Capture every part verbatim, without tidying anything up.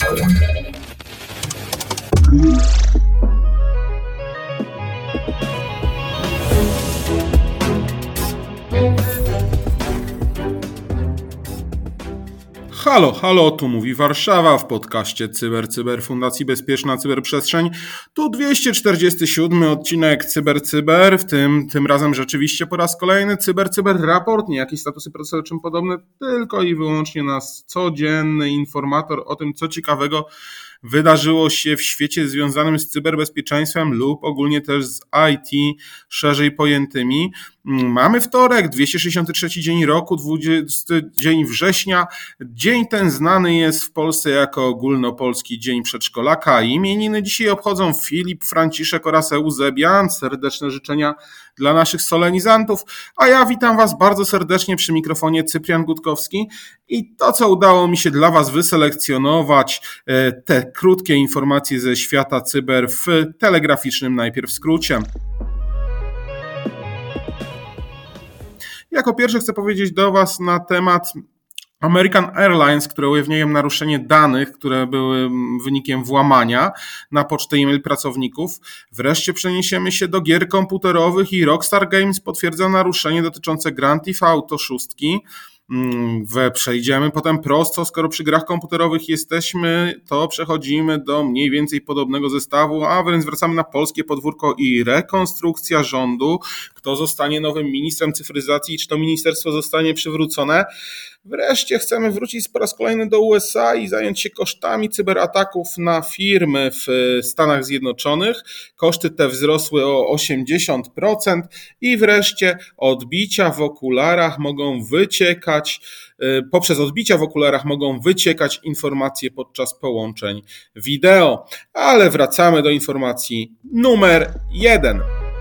angielsku. Halo, halo, tu mówi Warszawa w podcaście Cyber, Cyber Fundacji Bezpieczna Cyberprzestrzeń. Tu dwieście czterdziesty siódmy odcinek Cyber, Cyber, w tym tym razem rzeczywiście po raz kolejny Cyber, Cyber Raport, nie jakieś statusy procesowe czym podobne, tylko i wyłącznie nas codzienny informator o tym, co ciekawego wydarzyło się w świecie związanym z cyberbezpieczeństwem lub ogólnie też z I T szerzej pojętymi. Mamy wtorek, dwieście sześćdziesiąty trzeci dzień roku, dwudziesty dzień września. Dzień ten znany jest w Polsce jako ogólnopolski dzień przedszkolaka. Imieniny dzisiaj obchodzą Filip, Franciszek oraz Eusebian. Serdeczne życzenia dla naszych solenizantów. A ja witam Was bardzo serdecznie przy mikrofonie Cyprian Gutkowski. I to, co udało mi się dla Was wyselekcjonować, te krótkie informacje ze świata cyber w telegraficznym najpierw skrócie. Jako pierwsze chcę powiedzieć do Was na temat American Airlines, które ujawniają naruszenie danych, które były wynikiem włamania na pocztę e-mail pracowników. Wreszcie przeniesiemy się do gier komputerowych i Rockstar Games potwierdza naruszenie dotyczące Grand Theft Auto sześć. Przejdziemy potem prosto, skoro przy grach komputerowych jesteśmy, to przechodzimy do mniej więcej podobnego zestawu, a wręcz wracamy na polskie podwórko i rekonstrukcja rządu. Kto zostanie nowym ministrem cyfryzacji i czy to ministerstwo zostanie przywrócone? Wreszcie chcemy wrócić po raz kolejny do U S A i zająć się kosztami cyberataków na firmy w Stanach Zjednoczonych. Koszty te wzrosły o osiemdziesiąt procent i wreszcie odbicia w okularach mogą wyciekać, poprzez odbicia w okularach mogą wyciekać informacje podczas połączeń wideo. Ale wracamy do informacji numer jeden.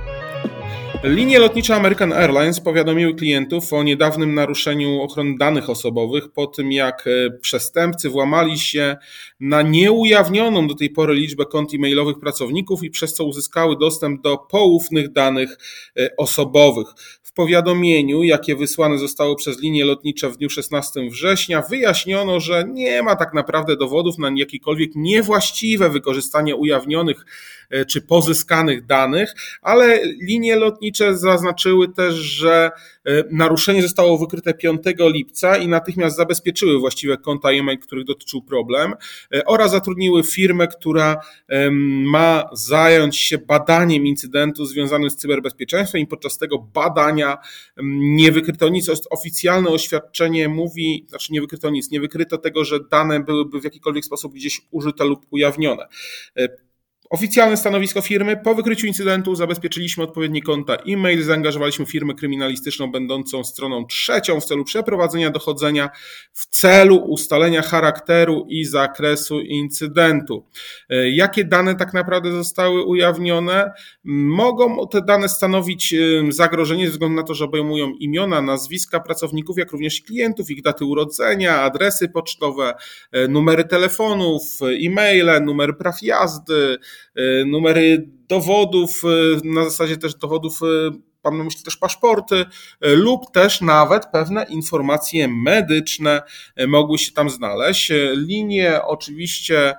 Linie lotnicze American Airlines powiadomiły klientów o niedawnym naruszeniu ochrony danych osobowych po tym, jak przestępcy włamali się na nieujawnioną do tej pory liczbę kont e-mailowych pracowników i przez co uzyskały dostęp do poufnych danych osobowych. W powiadomieniu, jakie wysłane zostało przez linie lotnicze w dniu szesnastego września, wyjaśniono, że nie ma tak naprawdę dowodów na jakiekolwiek niewłaściwe wykorzystanie ujawnionych czy pozyskanych danych, ale linie lotnicze zaznaczyły też, że naruszenie zostało wykryte piątego lipca i natychmiast zabezpieczyły właściwe konta e-mail, których dotyczył problem, oraz zatrudniły firmę, która ma zająć się badaniem incydentu związanym z cyberbezpieczeństwem i podczas tego badania nie wykryto nic. Oficjalne oświadczenie mówi, znaczy nie wykryto nic, nie wykryto tego, że dane byłyby w jakikolwiek sposób gdzieś użyte lub ujawnione. Oficjalne stanowisko firmy: po wykryciu incydentu zabezpieczyliśmy odpowiednie konta e-mail, zaangażowaliśmy firmę kryminalistyczną będącą stroną trzecią w celu przeprowadzenia dochodzenia w celu ustalenia charakteru i zakresu incydentu. Jakie dane tak naprawdę zostały ujawnione? Mogą te dane stanowić zagrożenie ze względu na to, że obejmują imiona, nazwiska pracowników, jak również klientów, ich daty urodzenia, adresy pocztowe, numery telefonów, e-maile, numer praw jazdy, numery dowodów, na zasadzie też dowodów, mam na myśli też paszporty, lub też nawet pewne informacje medyczne mogły się tam znaleźć. Linie oczywiście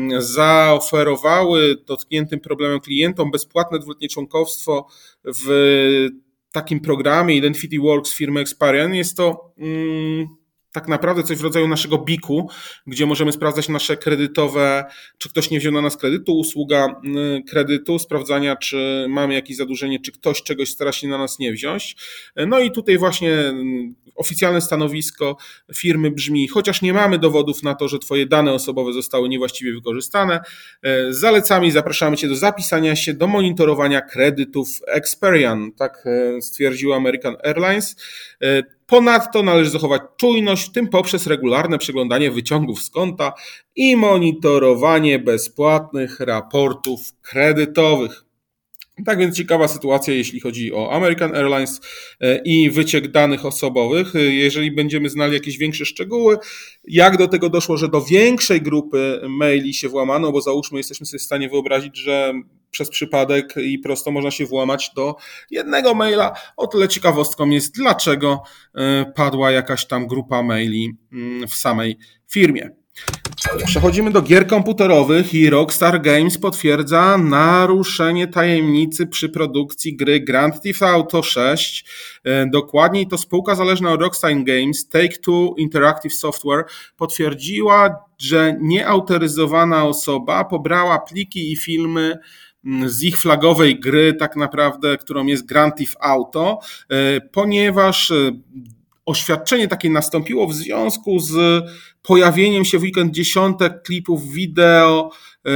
zaoferowały dotkniętym problemem klientom bezpłatne dwuletnie członkostwo w takim programie Identity Works firmy Experian. Jest to mm, tak naprawdę coś w rodzaju naszego biku, gdzie możemy sprawdzać nasze kredytowe, czy ktoś nie wziął na nas kredytu, usługa kredytu, sprawdzania, czy mamy jakieś zadłużenie, czy ktoś czegoś stara się na nas nie wziąć. No i tutaj właśnie oficjalne stanowisko firmy brzmi: chociaż nie mamy dowodów na to, że Twoje dane osobowe zostały niewłaściwie wykorzystane, zalecamy i zapraszamy Cię do zapisania się do monitorowania kredytów Experian, tak stwierdził American Airlines. Ponadto należy zachować czujność, w tym poprzez regularne przeglądanie wyciągów z konta i monitorowanie bezpłatnych raportów kredytowych. Tak więc ciekawa sytuacja, jeśli chodzi o American Airlines i wyciek danych osobowych. Jeżeli będziemy znali jakieś większe szczegóły, jak do tego doszło, że do większej grupy maili się włamano, bo załóżmy, jesteśmy sobie w stanie wyobrazić, że przez przypadek i prosto można się włamać do jednego maila. O tyle ciekawostką jest, dlaczego padła jakaś tam grupa maili w samej firmie. Przechodzimy do gier komputerowych i Rockstar Games potwierdza naruszenie tajemnicy przy produkcji gry Grand Theft Auto sześć. Dokładniej to spółka zależna od Rockstar Games, Take-Two Interactive Software, potwierdziła, że nieautoryzowana osoba pobrała pliki i filmy z ich flagowej gry, tak naprawdę, którą jest Grand Theft Auto, ponieważ oświadczenie takie nastąpiło w związku z pojawieniem się w weekend dziesiątek klipów wideo,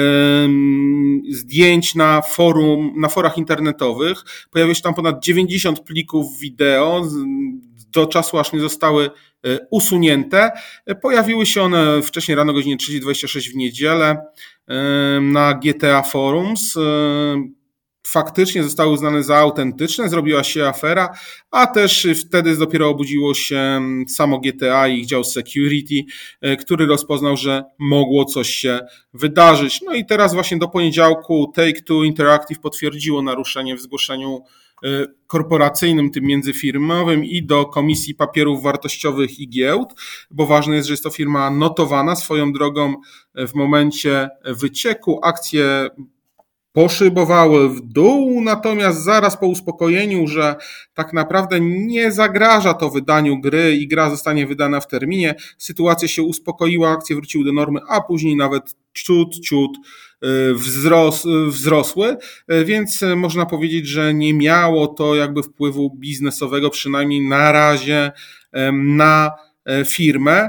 zdjęć na forum, na forach internetowych. Pojawiło się tam ponad dziewięćdziesiąt plików wideo, do czasu aż nie zostały usunięte. Pojawiły się one wcześniej rano o godzinie trzecia dwadzieścia sześć w niedzielę na G T A Forums. Faktycznie zostały uznane za autentyczne, zrobiła się afera, a też wtedy dopiero obudziło się samo G T A i ich dział security, który rozpoznał, że mogło coś się wydarzyć. No i teraz właśnie do poniedziałku Take-Two Interactive potwierdziło naruszenie w zgłoszeniu korporacyjnym, tym międzyfirmowym, i do Komisji Papierów Wartościowych i Giełd, bo ważne jest, że jest to firma notowana. Swoją drogą w momencie wycieku akcje poszybowały w dół, natomiast zaraz po uspokojeniu, że tak naprawdę nie zagraża to wydaniu gry i gra zostanie wydana w terminie, sytuacja się uspokoiła, akcje wróciły do normy, a później nawet ciut, ciut wzros, wzrosły, więc można powiedzieć, że nie miało to jakby wpływu biznesowego, przynajmniej na razie, na firmę.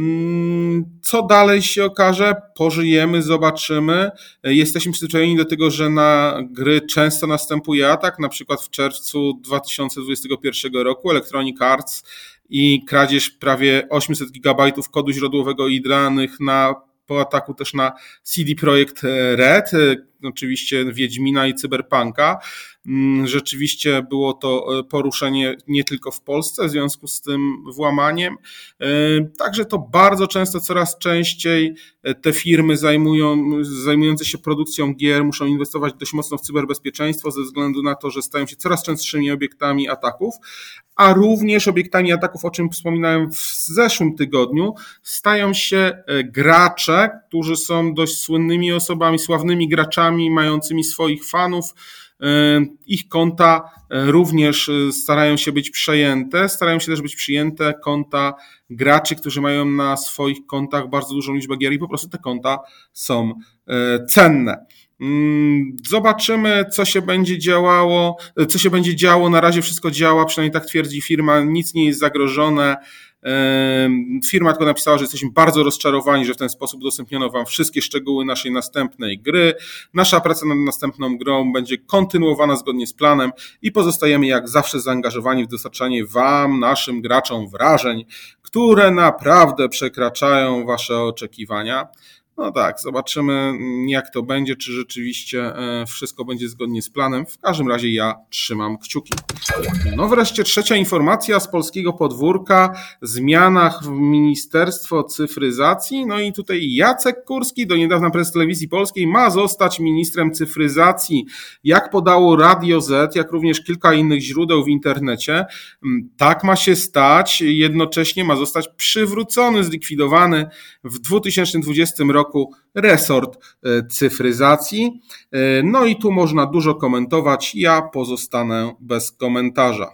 Co dalej się okaże? Pożyjemy, zobaczymy. Jesteśmy przyzwyczajeni do tego, że na gry często następuje atak, na przykład w czerwcu dwa tysiące dwudziestego pierwszego roku Electronic Arts i kradzież prawie osiemset gigabajtów kodu źródłowego i danych na, po ataku też na C D Projekt Red, oczywiście Wiedźmina i Cyberpunka. Rzeczywiście było to poruszenie nie tylko w Polsce w związku z tym włamaniem. Także to bardzo często, coraz częściej te firmy zajmują, zajmujące się produkcją gier muszą inwestować dość mocno w cyberbezpieczeństwo ze względu na to, że stają się coraz częstszymi obiektami ataków, a również obiektami ataków, o czym wspominałem w zeszłym tygodniu, stają się gracze, którzy są dość słynnymi osobami, sławnymi graczami, mającymi swoich fanów. Ich konta również starają się być przejęte, starają się też być przyjęte konta graczy, którzy mają na swoich kontach bardzo dużą liczbę gier i po prostu te konta są cenne. Zobaczymy, co się będzie działało, co się będzie działo. Na razie wszystko działa, przynajmniej tak twierdzi firma, nic nie jest zagrożone. Firma tylko napisała, że jesteśmy bardzo rozczarowani, że w ten sposób udostępniono wam wszystkie szczegóły naszej następnej gry. Nasza praca nad następną grą będzie kontynuowana zgodnie z planem i pozostajemy jak zawsze zaangażowani w dostarczanie wam, naszym graczom, wrażeń, które naprawdę przekraczają wasze oczekiwania. No tak, zobaczymy, jak to będzie, czy rzeczywiście wszystko będzie zgodnie z planem. W każdym razie ja trzymam kciuki. No wreszcie trzecia informacja z polskiego podwórka, zmianach w Ministerstwo Cyfryzacji. No i tutaj Jacek Kurski, do niedawna prezes Telewizji Polskiej, ma zostać ministrem cyfryzacji. Jak podało Radio Z, jak również kilka innych źródeł w internecie, tak ma się stać. Jednocześnie ma zostać przywrócony, zlikwidowany w dwa tysiące dwudziestym roku resort cyfryzacji. No i tu można dużo komentować, ja pozostanę bez komentarza.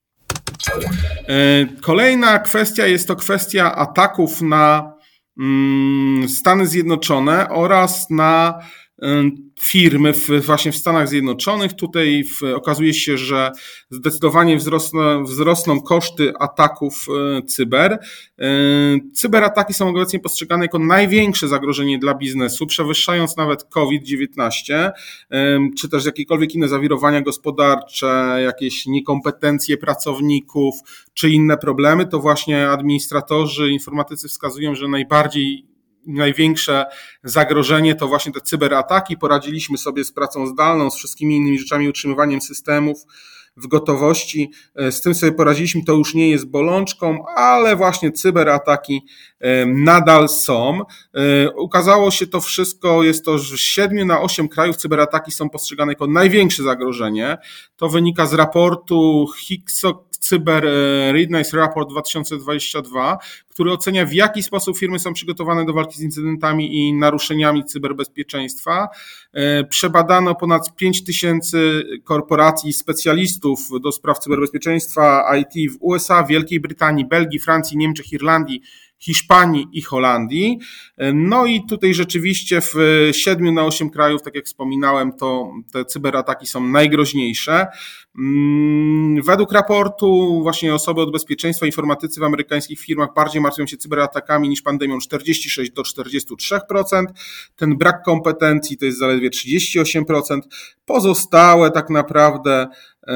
Kolejna kwestia jest to kwestia ataków na Stany Zjednoczone oraz na firmy w, właśnie w Stanach Zjednoczonych. Tutaj w, okazuje się, że zdecydowanie wzrosną, wzrosną koszty ataków cyber. Cyberataki są obecnie postrzegane jako największe zagrożenie dla biznesu, przewyższając nawet COVID dziewiętnaście, czy też jakiekolwiek inne zawirowania gospodarcze, jakieś niekompetencje pracowników, czy inne problemy. To właśnie administratorzy, informatycy wskazują, że najbardziej największe zagrożenie to właśnie te cyberataki. Poradziliśmy sobie z pracą zdalną, z wszystkimi innymi rzeczami, utrzymywaniem systemów w gotowości. Z tym sobie poradziliśmy, to już nie jest bolączką, ale właśnie cyberataki nadal są. Ukazało się to wszystko, jest to, że z siedmiu na osiem krajów cyberataki są postrzegane jako największe zagrożenie. To wynika z raportu Cyber Readiness Report dwa tysiące dwudziesty drugi, który ocenia, w jaki sposób firmy są przygotowane do walki z incydentami i naruszeniami cyberbezpieczeństwa. Przebadano ponad pięć tysięcy korporacji i specjalistów do spraw cyberbezpieczeństwa I T w U S A, Wielkiej Brytanii, Belgii, Francji, Niemczech, Irlandii, Hiszpanii i Holandii. No i tutaj rzeczywiście w siedmiu na osiem krajów, tak jak wspominałem, to te cyberataki są najgroźniejsze. Według raportu właśnie osoby od bezpieczeństwa, informatycy w amerykańskich firmach bardziej martwią się cyberatakami niż pandemią, czterdzieści sześć do czterdziestu trzech procent. Ten brak kompetencji to jest zaledwie trzydzieści osiem procent. Pozostałe tak naprawdę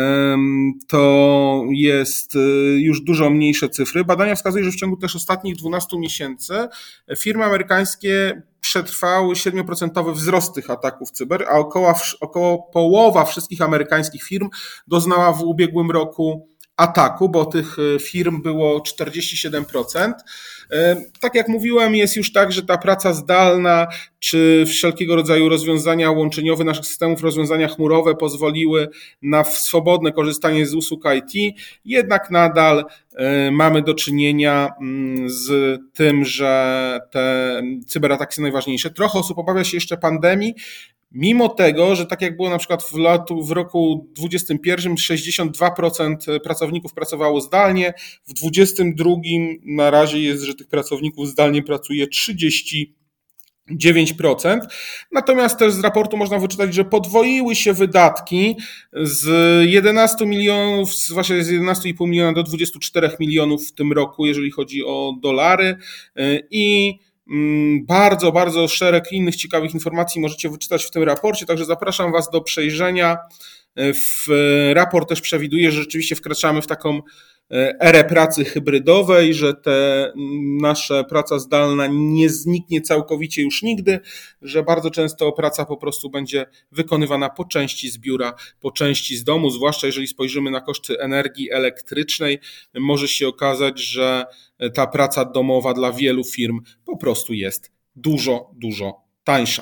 to jest już dużo mniejsze cyfry. Badania wskazują, że w ciągu też ostatnich dwunastu miesięcy firmy amerykańskie przetrwały siedem procent wzrost tych ataków cyber, a około, około połowa wszystkich amerykańskich firm doznała w ubiegłym roku ataku, bo tych firm było czterdzieści siedem procent. Tak jak mówiłem, jest już tak, że ta praca zdalna czy wszelkiego rodzaju rozwiązania łączeniowe naszych systemów, rozwiązania chmurowe pozwoliły na swobodne korzystanie z usług I T, jednak nadal mamy do czynienia z tym, że te cyberataki są najważniejsze. Trochę osób obawia się jeszcze pandemii, mimo tego, że tak jak było na przykład w, latu, w roku dwudziestym pierwszym sześćdziesiąt dwa procent pracowników pracowało zdalnie, w dwudziestym drugim na razie jest, że tych pracowników zdalnie pracuje trzydzieści dziewięć procent. Natomiast też z raportu można wyczytać, że podwoiły się wydatki z jedenastu milionów, właśnie z jedenastu i pół miliona do dwudziestu czterech milionów w tym roku, jeżeli chodzi o dolary, i bardzo, bardzo szereg innych ciekawych informacji możecie wyczytać w tym raporcie, także zapraszam Was do przejrzenia. W raport też przewiduje, że rzeczywiście wkraczamy w taką erę pracy hybrydowej, że te nasza praca zdalna nie zniknie całkowicie już nigdy, że bardzo często praca po prostu będzie wykonywana po części z biura, po części z domu, zwłaszcza jeżeli spojrzymy na koszty energii elektrycznej, może się okazać, że ta praca domowa dla wielu firm po prostu jest dużo, dużo tańsza.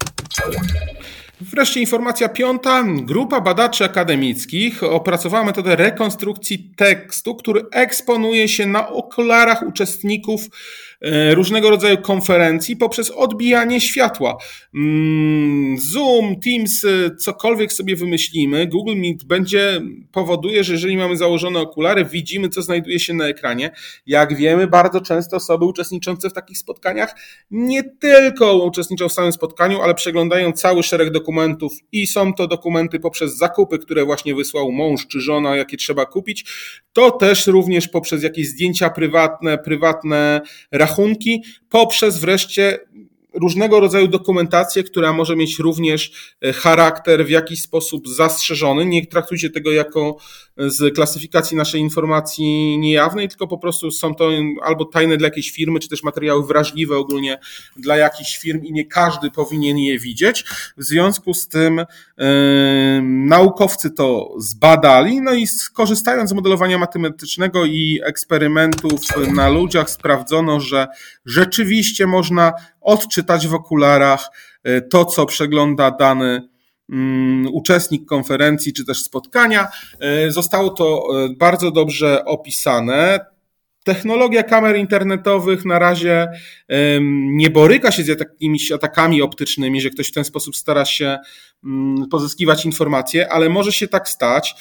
Wreszcie informacja piąta. Grupa badaczy akademickich opracowała metodę rekonstrukcji tekstu, który eksponuje się na okularach uczestników różnego rodzaju konferencji poprzez odbijanie światła. Zoom, Teams, cokolwiek sobie wymyślimy, Google Meet będzie powoduje, że jeżeli mamy założone okulary, widzimy, co znajduje się na ekranie. Jak wiemy, bardzo często osoby uczestniczące w takich spotkaniach nie tylko uczestniczą w samym spotkaniu, ale przeglądają cały szereg dokumentów i są to dokumenty poprzez zakupy, które właśnie wysłał mąż czy żona, jakie trzeba kupić. To też również poprzez jakieś zdjęcia prywatne, prywatne rachunki, poprzez wreszcie różnego rodzaju dokumentację, która może mieć również charakter w jakiś sposób zastrzeżony. Nie traktujcie tego jako z klasyfikacji naszej informacji niejawnej, tylko po prostu są to albo tajne dla jakiejś firmy, czy też materiały wrażliwe ogólnie dla jakichś firm i nie każdy powinien je widzieć. W związku z tym yy, naukowcy to zbadali, no i skorzystając z modelowania matematycznego i eksperymentów na ludziach sprawdzono, że rzeczywiście można odczytać w okularach to, co przegląda dany uczestnik konferencji czy też spotkania. Zostało to bardzo dobrze opisane. Technologia kamer internetowych na razie nie boryka się z jakimiś atakami optycznymi, że ktoś w ten sposób stara się pozyskiwać informacje, ale może się tak stać.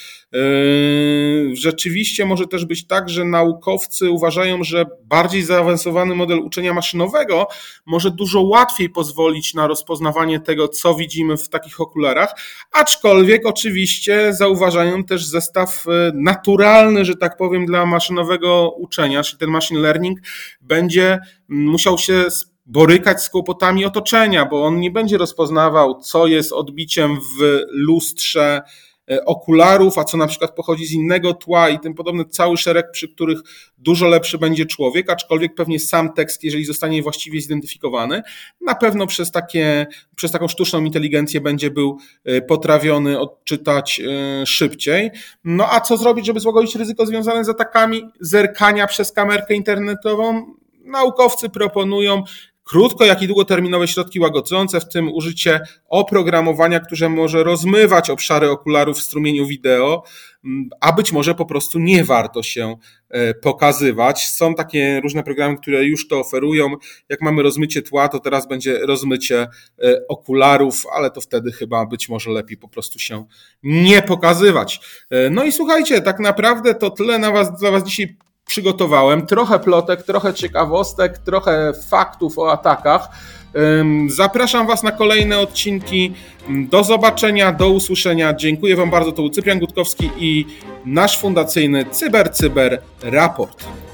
Rzeczywiście może też być tak, że naukowcy uważają, że bardziej zaawansowany model uczenia maszynowego może dużo łatwiej pozwolić na rozpoznawanie tego, co widzimy w takich okularach, aczkolwiek oczywiście zauważają też zestaw naturalny, że tak powiem, dla maszynowego uczenia, czyli ten machine learning będzie musiał się borykać z kłopotami otoczenia, bo on nie będzie rozpoznawał, co jest odbiciem w lustrze okularów, a co na przykład pochodzi z innego tła i tym podobny cały szereg, przy których dużo lepszy będzie człowiek, aczkolwiek pewnie sam tekst, jeżeli zostanie właściwie zidentyfikowany, na pewno przez takie, przez taką sztuczną inteligencję będzie był potrafiony odczytać szybciej. No a co zrobić, żeby złagodzić ryzyko związane z atakami zerkania przez kamerkę internetową? Naukowcy proponują krótko, jak i długoterminowe środki łagodzące, w tym użycie oprogramowania, które może rozmywać obszary okularów w strumieniu wideo, a być może po prostu nie warto się pokazywać. Są takie różne programy, które już to oferują. Jak mamy rozmycie tła, to teraz będzie rozmycie okularów, ale to wtedy chyba być może lepiej po prostu się nie pokazywać. No i słuchajcie, tak naprawdę to tyle na was, dla was dzisiaj przygotowałem. Trochę plotek, trochę ciekawostek, trochę faktów o atakach. Zapraszam was na kolejne odcinki. Do zobaczenia, do usłyszenia. Dziękuję wam bardzo. To był Cyprian Gutkowski i nasz fundacyjny Cyber Cyber Raport.